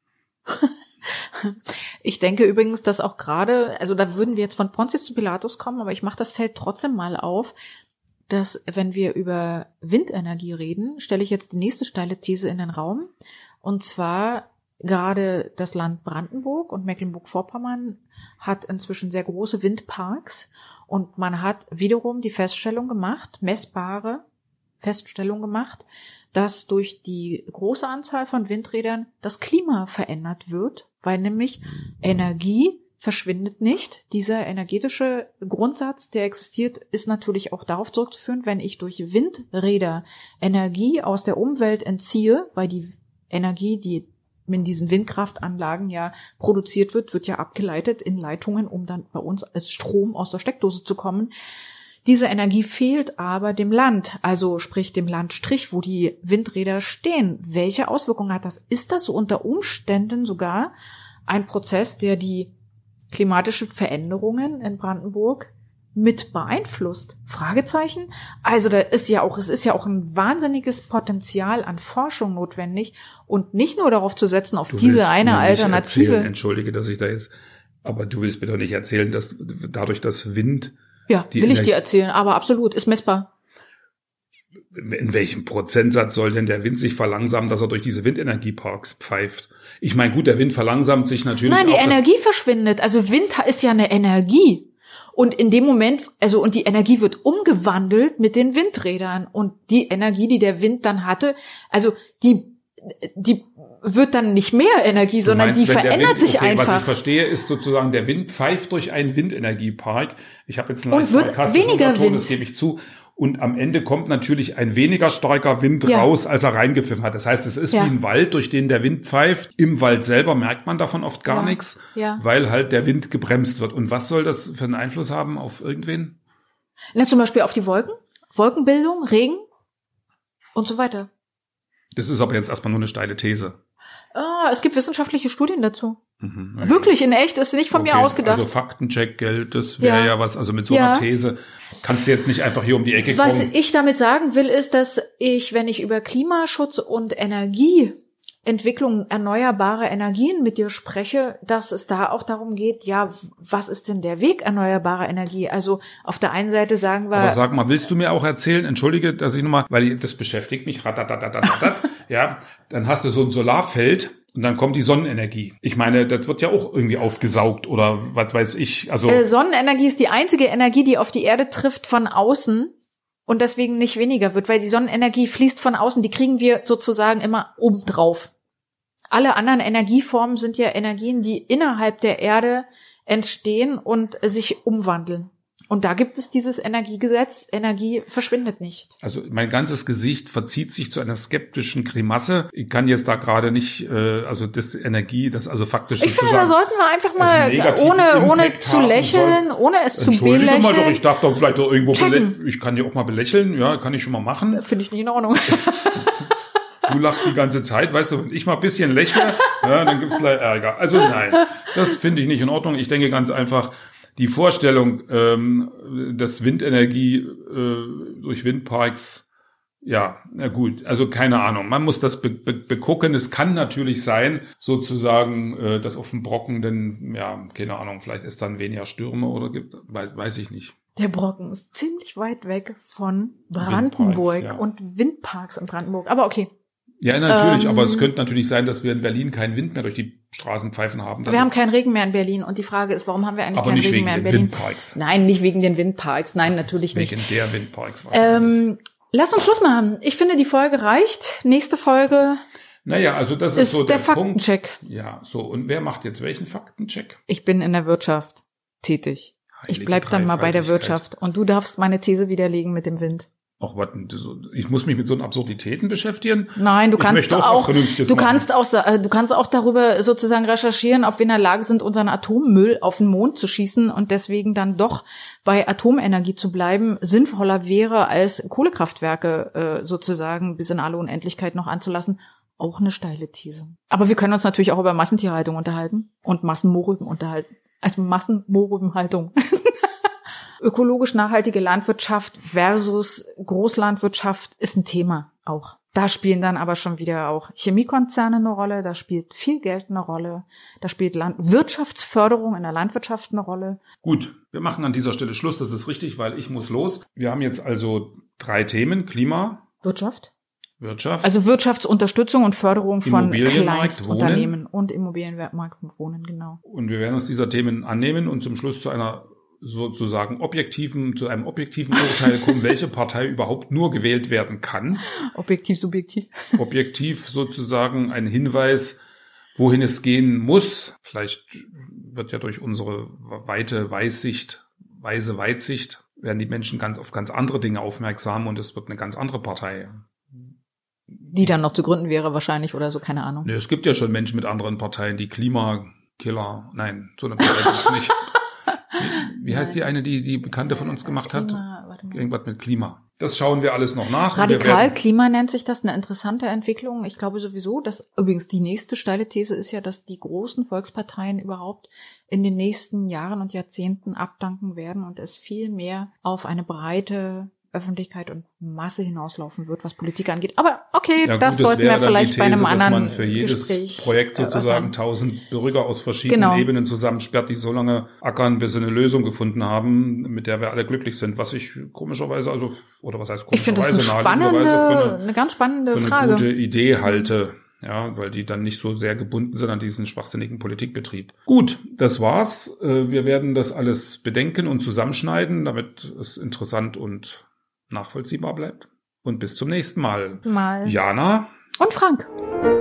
Ich denke übrigens, dass auch gerade, also da würden wir jetzt von Pontius zu Pilatus kommen, aber ich mache das Feld trotzdem mal auf, dass wenn wir über Windenergie reden, stelle ich jetzt die nächste steile These in den Raum. Und zwar gerade das Land Brandenburg und Mecklenburg-Vorpommern hat inzwischen sehr große Windparks und man hat wiederum die messbare Feststellung gemacht, dass durch die große Anzahl von Windrädern das Klima verändert wird, weil nämlich Energie verschwindet nicht. Dieser energetische Grundsatz, der existiert, ist natürlich auch darauf zurückzuführen, wenn ich durch Windräder Energie aus der Umwelt entziehe, weil die Energie, die in diesen Windkraftanlagen ja produziert wird ja abgeleitet in Leitungen, um dann bei uns als Strom aus der Steckdose zu kommen. Diese Energie fehlt aber dem Land, also sprich dem Landstrich, wo die Windräder stehen. Welche Auswirkungen hat das? Ist das so unter Umständen sogar ein Prozess, der die klimatischen Veränderungen in Brandenburg mit beeinflusst? Fragezeichen. Also es ist ja auch ein wahnsinniges Potenzial an Forschung notwendig und nicht nur darauf zu setzen, auf diese eine Alternative. Entschuldige, dass ich da jetzt, aber du willst mir doch nicht erzählen, dass dadurch das Wind... Ja, will ich dir erzählen, aber absolut, ist messbar. In welchem Prozentsatz soll denn der Wind sich verlangsamen, dass er durch diese Windenergieparks pfeift? Ich meine, gut, der Wind verlangsamt sich natürlich. Nein, die Energie verschwindet. Also Wind ist ja eine Energie. Und in dem Moment, und die Energie wird umgewandelt mit den Windrädern. Und die Energie, die der Wind dann hatte, also die wird dann nicht mehr Energie, sondern die verändert sich einfach. Was ich verstehe, ist sozusagen, der Wind pfeift durch einen Windenergiepark. Ich habe jetzt einen leicht sarkastischen Unterton, das gebe ich zu. Und am Ende kommt natürlich ein weniger starker Wind raus, als er reingepfiffen hat. Das heißt, es ist wie ein Wald, durch den der Wind pfeift. Im Wald selber merkt man davon oft gar nichts, weil halt der Wind gebremst wird. Und was soll das für einen Einfluss haben auf irgendwen? Na, zum Beispiel auf die Wolken, Wolkenbildung, Regen und so weiter. Das ist aber jetzt erstmal nur eine steile These. Es gibt wissenschaftliche Studien dazu. Okay. Wirklich, in echt, ist nicht von mir ausgedacht. Also Faktencheck, Geld, das wäre ja was, also mit so einer These kannst du jetzt nicht einfach hier um die Ecke kommen. Was ich damit sagen will, ist, dass ich, wenn ich über Klimaschutz und Energieentwicklung erneuerbare Energien mit dir spreche, dass es da auch darum geht, was ist denn der Weg erneuerbarer Energie? Also auf der einen Seite sagen wir... Aber sag mal, willst du mir auch erzählen, entschuldige, dass ich nochmal, weil das beschäftigt mich, dann hast du so ein Solarfeld und dann kommt die Sonnenenergie. Ich meine, das wird ja auch irgendwie aufgesaugt oder was weiß ich. Also Sonnenenergie ist die einzige Energie, die auf die Erde trifft von außen und deswegen nicht weniger wird, weil die Sonnenenergie fließt von außen, die kriegen wir sozusagen immer obendrauf. Alle anderen Energieformen sind ja Energien, die innerhalb der Erde entstehen und sich umwandeln. Und da gibt es dieses Energiegesetz, Energie verschwindet nicht. Also mein ganzes Gesicht verzieht sich zu einer skeptischen Grimasse. Ich kann jetzt da gerade nicht, das Energie, das also faktisch ich finde, da sollten wir einfach mal, ohne zu lächeln, ohne es zu belächeln. Entschuldige mal doch, ich darf doch vielleicht doch irgendwo ich kann die auch mal belächeln, ja, kann ich schon mal machen. Finde ich nicht in Ordnung. Du lachst die ganze Zeit, weißt du, wenn ich mal ein bisschen lächle, dann gibt's gleich Ärger. Also nein, das finde ich nicht in Ordnung. Ich denke ganz einfach, die Vorstellung, dass Windenergie durch Windparks, na gut, also keine Ahnung. Man muss das begucken. Es kann natürlich sein, sozusagen, dass auf dem Brocken denn, keine Ahnung, vielleicht ist dann weniger Stürme oder gibt, weiß ich nicht. Der Brocken ist ziemlich weit weg von Brandenburg und Windparks in Brandenburg. Aber okay. Ja, natürlich, aber es könnte natürlich sein, dass wir in Berlin keinen Wind mehr durch die Straßen pfeifen haben. Wir haben keinen Regen mehr in Berlin und die Frage ist, warum haben wir eigentlich keinen Regen mehr in Berlin? Aber nicht wegen den Windparks. Nein, nicht wegen den Windparks. Nein, natürlich nicht. Wegen der Windparks wahrscheinlich. Lass uns Schluss machen. Ich finde, die Folge reicht. Nächste Folge also das ist so der Faktencheck. Punkt. Ja, so. Und wer macht jetzt welchen Faktencheck? Ich bin in der Wirtschaft tätig. Ich bleib dann mal bei der Wirtschaft. Und du darfst meine These widerlegen mit dem Wind. Ach, was, ich muss mich mit so Absurditäten beschäftigen? Nein, du kannst auch darüber sozusagen recherchieren, ob wir in der Lage sind, unseren Atommüll auf den Mond zu schießen und deswegen dann doch bei Atomenergie zu bleiben, sinnvoller wäre, als Kohlekraftwerke sozusagen bis in alle Unendlichkeit noch anzulassen. Auch eine steile These. Aber wir können uns natürlich auch über Massentierhaltung unterhalten und Massenmohrrüben unterhalten. Also Massenmohrrübenhaltung. Ökologisch nachhaltige Landwirtschaft versus Großlandwirtschaft ist ein Thema auch. Da spielen dann aber schon wieder auch Chemiekonzerne eine Rolle, da spielt viel Geld eine Rolle, da spielt Wirtschaftsförderung in der Landwirtschaft eine Rolle. Gut, wir machen an dieser Stelle Schluss, das ist richtig, weil ich muss los. Wir haben jetzt also 3 Themen, Klima, Wirtschaft. Also Wirtschaftsunterstützung und Förderung von Kleinstunternehmen und Immobilienmarkt und Wohnen, genau. Und wir werden uns dieser Themen annehmen und zum Schluss zu einem objektiven Urteil kommen, welche Partei überhaupt nur gewählt werden kann. Objektiv, subjektiv. Objektiv sozusagen ein Hinweis, wohin es gehen muss. Vielleicht wird ja durch unsere weise Weitsicht, werden die Menschen auf ganz andere Dinge aufmerksam und es wird eine ganz andere Partei. Die dann noch zu gründen wäre wahrscheinlich oder so, keine Ahnung. Nee, es gibt ja schon Menschen mit anderen Parteien, die Klimakiller, nein, so eine Partei gibt's nicht. Wie heißt die eine, die Bekannte von uns gemacht hat? Irgendwas mit Klima. Das schauen wir alles noch nach. Radikalklima nennt sich das, eine interessante Entwicklung. Ich glaube sowieso, dass übrigens die nächste steile These ist ja, dass die großen Volksparteien überhaupt in den nächsten Jahren und Jahrzehnten abdanken werden und es viel mehr auf eine breite Öffentlichkeit und Masse hinauslaufen wird, was Politik angeht. Aber okay, ja, das sollten wir vielleicht bei einem anderen Gespräch, dass man für jedes Projekt sozusagen 1000 Bürger aus verschiedenen Ebenen zusammensperrt, die so lange ackern, bis sie eine Lösung gefunden haben, mit der wir alle glücklich sind. Was ich komischerweise, oder was heißt komischerweise, ich finde das eine ganz spannende Frage. Eine gute Idee halte. Ja, weil die dann nicht so sehr gebunden sind an diesen schwachsinnigen Politikbetrieb. Gut, das war's. Wir werden das alles bedenken und zusammenschneiden, damit es interessant und nachvollziehbar bleibt. Und bis zum nächsten Mal. Jana. Und Frank.